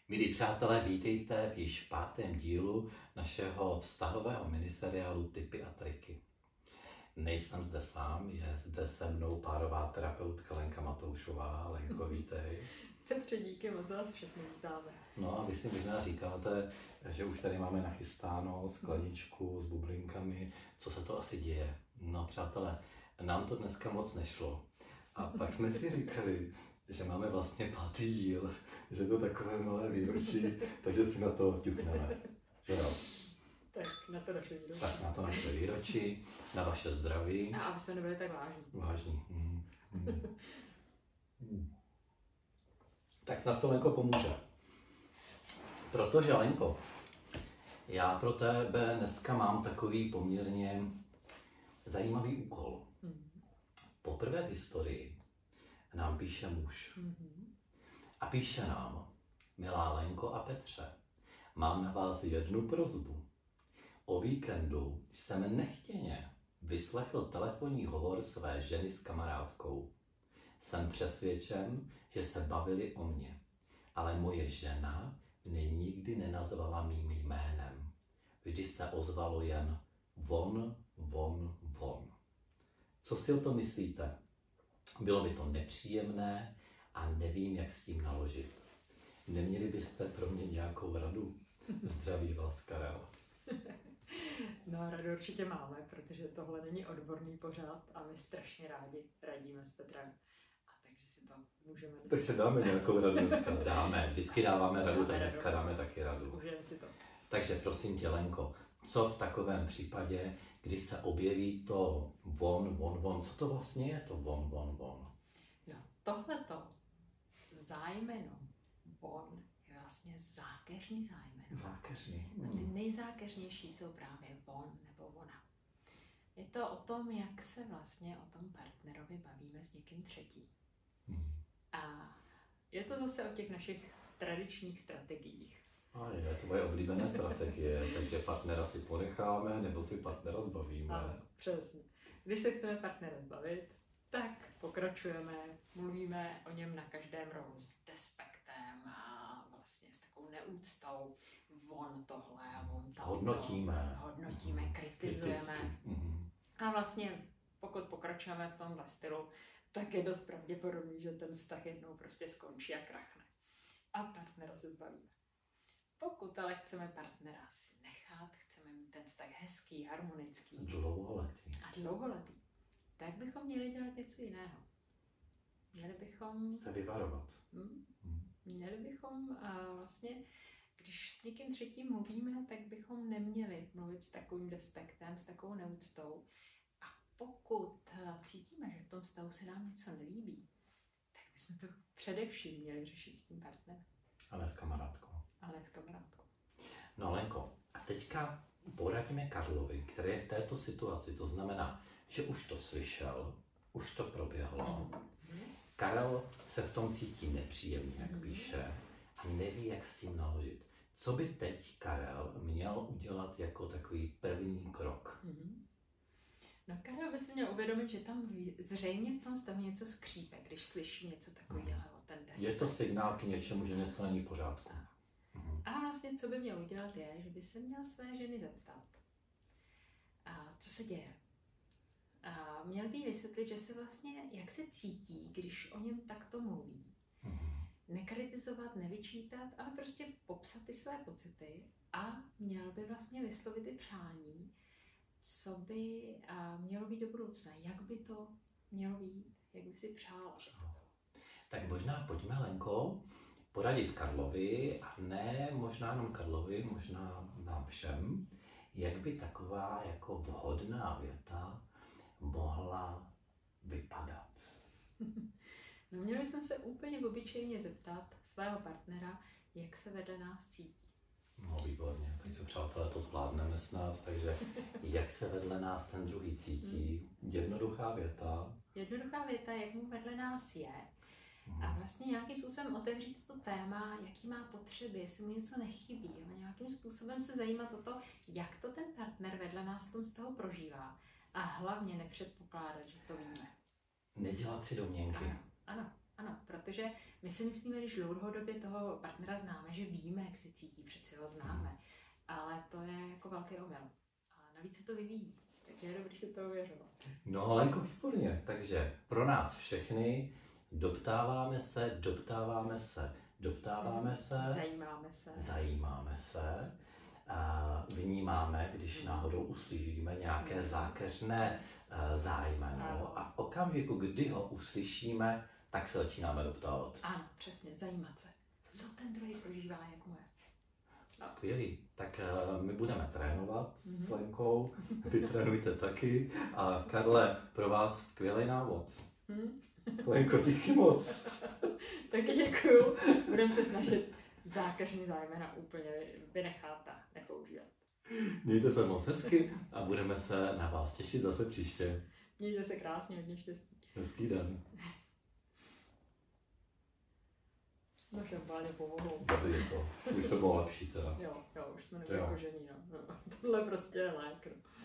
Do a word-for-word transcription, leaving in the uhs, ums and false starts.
Milí přátelé, vítejte v již pátém dílu našeho vztahového miniseriálu Tipy a triky. Nejsem zde sám, je zde se mnou párová terapeutka Lenka Matoušová. Lenko, vítej. Petře, díky, moc vás všechny vítáme. No a vy si možná říkáte, že už tady máme nachystáno skleničku s bublinkami. Co se to asi děje? No přátelé, nám to dneska moc nešlo. A pak jsme si říkali, že máme vlastně pátý díl, že je to takové malé výročí, takže si na to ťukneme. Že jo? Tak na to naše výročí. Tak na to naše výročí, na vaše zdraví. A aby jsme nebyli tak vážní. Vážní. Mm. Mm. Mm. Tak snad to Lenko pomůže. Protože Lenko, já pro tebe dneska mám takový poměrně zajímavý úkol. Mm. Poprvé v historii nám píše muž. Mm-hmm. A píše nám: milá Lenko a Petře, mám na vás jednu prosbu. O víkendu jsem nechtěně vyslechl telefonní hovor své ženy s kamarádkou. Jsem přesvědčen, že se bavili o mně, ale moje žena mě nikdy nenazvala mým jménem. Vždy se ozvalo jen von, von, von. Co si o to myslíte? Bylo mi to nepříjemné a nevím, jak s tím naložit. Neměli byste pro mě nějakou radu? Zdraví vás, Karel. No, radu určitě máme, protože tohle není odborný pořad a my strašně rádi radíme s Petrem. A takže si to můžeme dneska... Takže dáme nějakou radu dneska. Dáme, vždycky dáváme radu, tak dneska dáme taky radu. Užijeme si to. Takže prosím tě, Lenko, co v takovém případě, kdy se objeví to von, von, von, co to vlastně je to von, von, von? No, tohleto zájmeno von je vlastně zákeřný zájmeno. Zákeřný. A ty nejzákeřnější jsou právě von nebo ona. Je to o tom, jak se vlastně o tom partnerovi bavíme s někým třetím. Hmm. A je to zase o těch našich tradičních strategiích. A je, to moje oblíbené strategie, takže partnera si ponecháme, nebo si partnera zbavíme. Ano, přesně. Když se chceme partnera zbavit, tak pokračujeme, mluvíme o něm na každém rohu s despektem a vlastně s takovou neúctou. On tohle a on tamto. Hodnotíme. Hodnotíme, Mm. kritizujeme. Mm. A vlastně pokud pokračujeme v tomhle stylu, tak je dost pravděpodobný, že ten vztah jednou prostě skončí a krachne. A partnera se zbavíme. Pokud ale chceme partnera si nechat, chceme mít ten vztah hezký, harmonický Dlouholetý. a dlouholetý, tak bychom měli dělat něco jiného. Měli bychom... Se vyvarovat. Hm, Mm. měli bychom a vlastně, když s někým třetím mluvíme, tak bychom neměli mluvit s takovým despektem, s takovou neúctou. A pokud cítíme, že v tom vztahu se nám něco nelíbí, tak bychom to především měli řešit s tím partnerem. A ne s kamarádkou. A ne s kamarádkou. No Lenko, a teďka poradíme Karlovi, který je v této situaci. To znamená, že už to slyšel, už to proběhlo. Mm. Karel se v tom cítí nepříjemně, jak Mm. píše, a neví, jak s tím naložit. Co by teď Karel měl udělat jako takový první krok? Mm. No Karel by si měl uvědomit, že tam zřejmě v tom stavu něco skřípe, když slyší něco takového, ten desk. Je to signál k něčemu, že něco není v pořádku. Mhm. A vlastně, co by měl udělat, je, že by se měl své ženy zeptat, a co se děje. A měl by jí vysvětlit, že se vlastně, jak se cítí, když o něm takto mluví. Mhm. Nekritizovat, nevyčítat, ale prostě popsat ty své pocity a měl by vlastně vyslovit i přání, co by a mělo být do budoucna, jak by to mělo být, jak by si přál. Tak možná pojďme, Lenko, poradit Karlovi, a ne možná jenom Karlovi, možná nám všem, jak by taková jako vhodná věta mohla vypadat. No, měli jsme se úplně obyčejně zeptat svého partnera, jak se vedle nás cítí. No výborně, takže přátelé, to zvládneme snad, takže jak se vedle nás ten druhý cítí, jednoduchá věta. Jednoduchá věta, jak mu vedle nás je. A vlastně nějakým způsobem otevřít to téma, jaký má potřeby, jestli mu něco nechybí. A nějakým způsobem se zajímat o to, jak to ten partner vedle nás v tom vztahu prožívá. A hlavně nepředpokládat, že to víme. Nedělat si domněnky. Ano, ano. Ano, protože my si myslíme, když dlouhodobě toho partnera známe, že víme, jak se cítí, přeci ho známe. Hmm. Ale to je jako velký omyl. A navíc se to vyvíjí. Takže je dobrý si to uvěřovat. No, Lenko, výborně. Takže pro nás všechny doptáváme se, doptáváme se, doptáváme hmm. se. Zajímáme se. Zajímáme se. A vnímáme, když náhodou uslyšíme nějaké hmm. zákeřné uh, zájmeno. A v okamžiku, kdy ho uslyšíme, tak se začínáme doptávat. Ano, přesně, zajímat se. Co ten druhý prožívá, jak mu je. No. Skvělý. Tak uh, my budeme trénovat mm-hmm. s Lenkou, vy trénujte taky. A Karle, pro vás skvělý návod. Mm. Lenko, díky moc. Taky děkuju. Budeme se snažit zákeřní zájmena úplně vynechat a nepoužívat. Mějte se moc hezky a budeme se na vás těšit zase příště. Mějte se krásně, hodně štěstí. Hezký den. No šampáně pomohou. Tady je to. Už to bylo lepší teda. Jo, jo, už jsme nebyli kožení, no. no. Tohle prostě je lék, no.